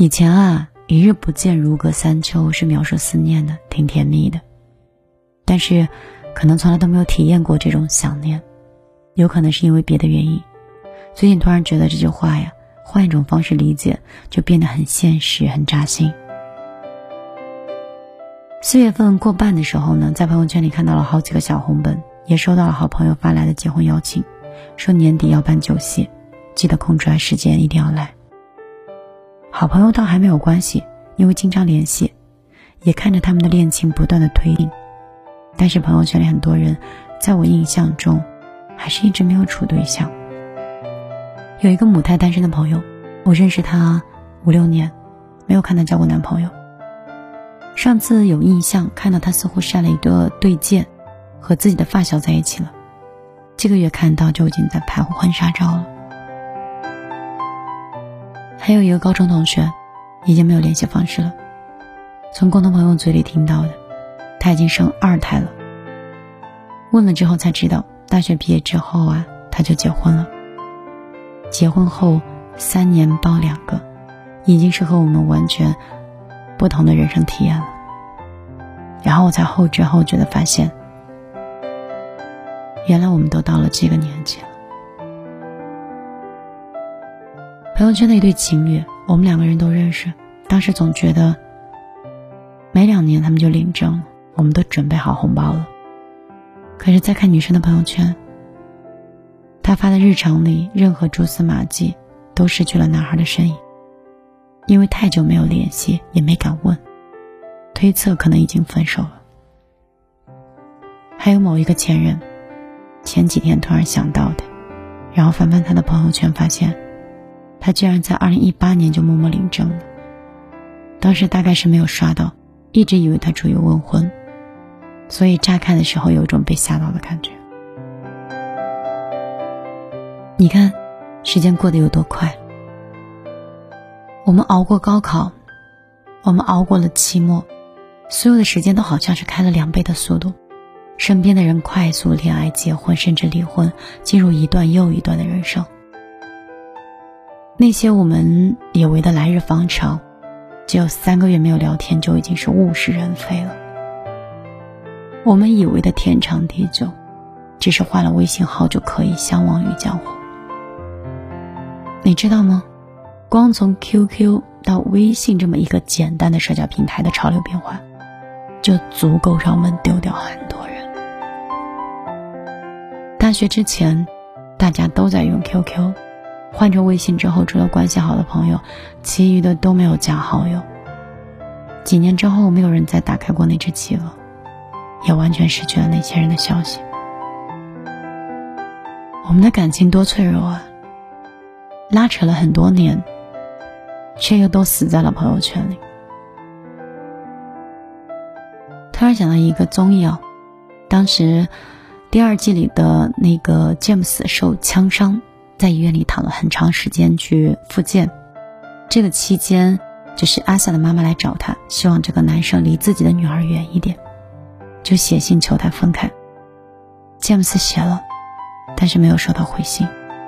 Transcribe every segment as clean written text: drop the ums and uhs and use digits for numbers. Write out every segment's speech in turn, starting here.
以前啊，一日不见如隔三秋是描述思念的，挺甜蜜的。但是可能从来都没有体验过这种想念，有可能是因为别的原因。最近突然觉得这句话呀，换一种方式理解就变得很现实，很扎心。4月份过半的时候呢，在朋友圈里看到了好几个小红本，也收到了好朋友发来的结婚邀请，说年底要办酒席，记得空出来时间一定要来。好朋友倒还没有关系，因为经常联系，也看着他们的恋情不断的推进。但是朋友圈里很多人在我印象中还是一直没有处对象。有一个母胎单身的朋友，我认识他5-6年，没有看他交过男朋友。上次有印象看到他似乎晒了一个对戒，和自己的发小在一起了。这个月看到就已经在拍婚纱照了。还有一个高中同学，已经没有联系方式了。从共同朋友嘴里听到的，他已经生2胎了。问了之后才知道，大学毕业之后啊，他就结婚了。结婚后3年抱2个，已经是和我们完全不同的人生体验了。然后我才后知后觉地发现，原来我们都到了这个年纪了。朋友圈的一对情侣，我们2个人都认识，当时总觉得每2年他们就领证了，我们都准备好红包了。可是再看女生的朋友圈，她发的日常里任何蛛丝马迹都失去了男孩的身影。因为太久没有联系，也没敢问，推测可能已经分手了。还有某一个前任，前几天突然想到的，然后翻翻他的朋友圈，发现他居然在2018年就默默领证了。当时大概是没有刷到，一直以为他处于未婚，所以乍看的时候有一种被吓到的感觉。你看时间过得有多快，我们熬过高考，我们熬过了期末，所有的时间都好像是开了2倍的速度。身边的人快速恋爱、结婚，甚至离婚，进入一段又一段的人生。那些我们以为的来日方长，只有3个月没有聊天就已经是物是人非了。我们以为的天长地久，只是换了微信号就可以相忘于江湖。你知道吗？光从 QQ 到微信这么一个简单的社交平台的潮流变化，就足够让我们丢掉很多人。大学之前大家都在用 QQ， 换成微信之后，除了关系好的朋友，其余的都没有加好友。几年之后，没有人再打开过那只企鹅，也完全失去了那些人的消息。我们的感情多脆弱啊，拉扯了很多年，却又都死在了朋友圈里。突然想到一个综艺当时第2季里的那个詹姆斯受枪伤，在医院里躺了很长时间去复健。这个期间就是阿萨的妈妈来找他，希望这个男生离自己的女儿远一点，就写信求他分开。詹姆斯写了，但是没有收到回信。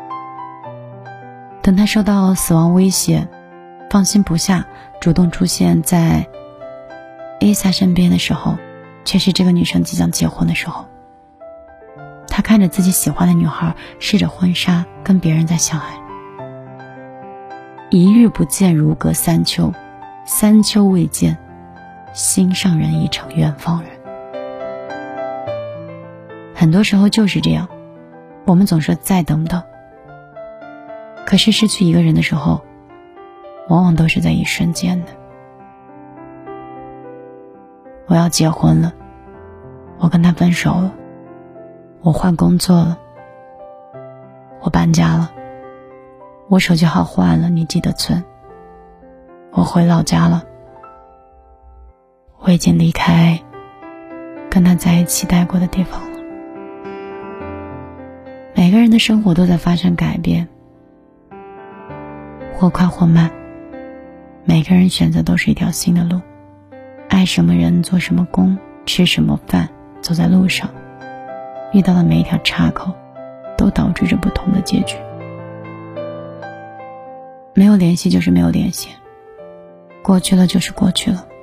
等他收到死亡威胁，放心不下，主动出现在 Asa 身边的时候，却是这个女生即将结婚的时候。他看着自己喜欢的女孩试着婚纱跟别人在相爱。一日不见如隔三秋，三秋未见，心上人已成远方人。很多时候就是这样，我们总说再等等，可是失去一个人的时候，往往都是在一瞬间的。我要结婚了，我跟他分手了，我换工作了，我搬家了，我手机号换了，你记得存，我回老家了，我已经离开跟他在一起待过的地方了。每个人的生活都在发生改变，或快或慢，每个人选择都是一条新的路。爱什么人，做什么工，吃什么饭，走在路上，遇到的每一条岔口都导致着不同的结局。没有联系就是没有联系， 过去了就是过去了。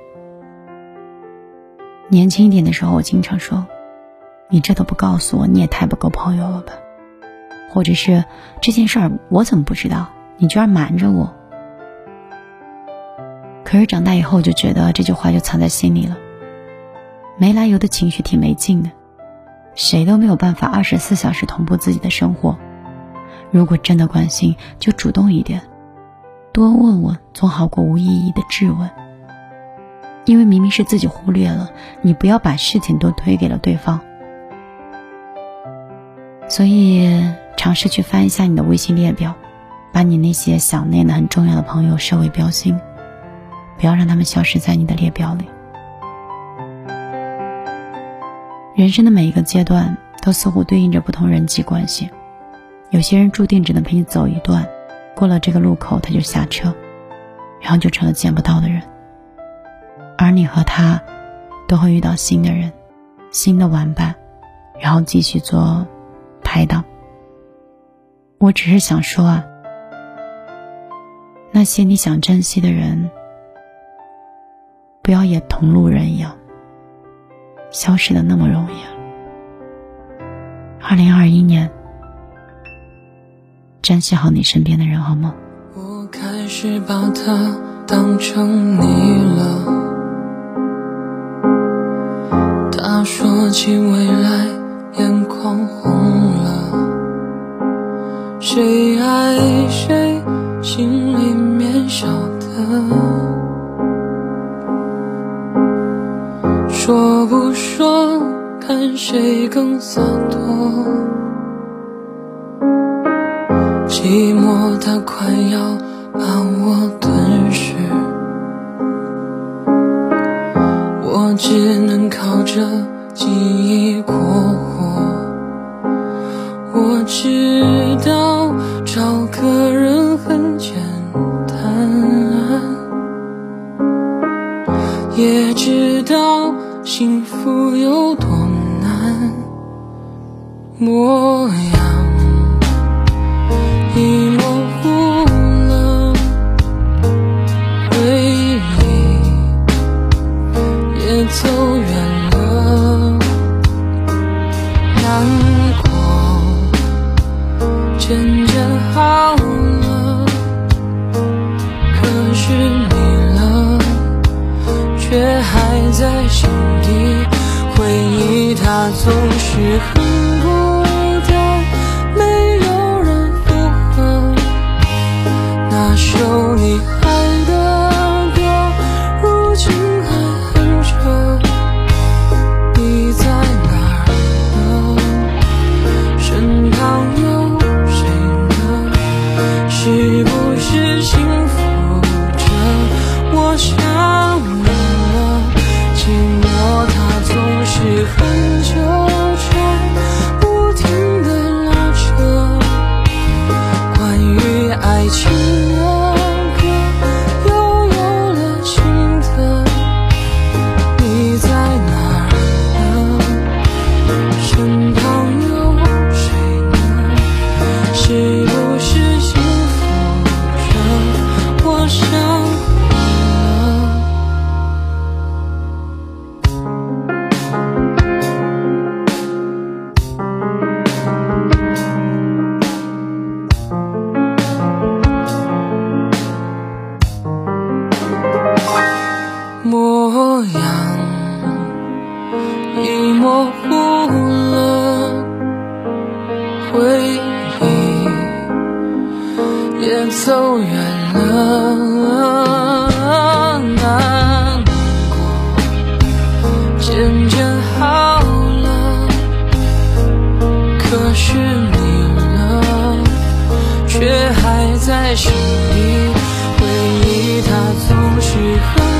年轻一点的时候，我经常说，你这都不告诉我，你也太不够朋友了吧。或者是这件事儿我怎么不知道，你居然瞒着我。可是长大以后就觉得这句话就藏在心里了，没来由的情绪挺没劲的，谁都没有办法24小时同步自己的生活。如果真的关心，就主动一点，多问问总好过无意义的质问。因为明明是自己忽略了，你不要把事情都推给了对方。所以尝试去翻一下你的微信列表，把你那些想念的很重要的朋友设为标星，不要让他们消失在你的列表里。人生的每一个阶段都似乎对应着不同人际关系，有些人注定只能陪你走一段，过了这个路口他就下车，然后就成了见不到的人。而你和他都会遇到新的人，新的玩伴，然后继续做拍档。我只是想说啊，那些你想珍惜的人，不要也同路人一样消失的那么容易啊。2021年，珍惜好你身边的人好吗？ 我开始把它当成你了，他说起未来眼眶红了，谁爱谁心里面晓得，说不说看谁更洒脱，寂寞它快要把我吞噬，我只能靠着记忆过活。我知道找个人很简单，也知道幸福有多难，模样已模糊了，回忆也走远了，难过渐渐好了，可是你了，却还在心底，回忆它总是很孤单，没有人附和那首你爱的歌，如今还哼着，你在哪儿呢？身旁有谁呢？是不是幸福着？我想你了，寂寞它总是很纠缠，不停地拉扯，关于爱情的歌又有了新的，你在哪儿呢？身旁有谁呢？是不是幸福着？我想模样已模糊了，回忆也走远了，难过渐渐好了，可是你了，却还在心里，回忆它总是很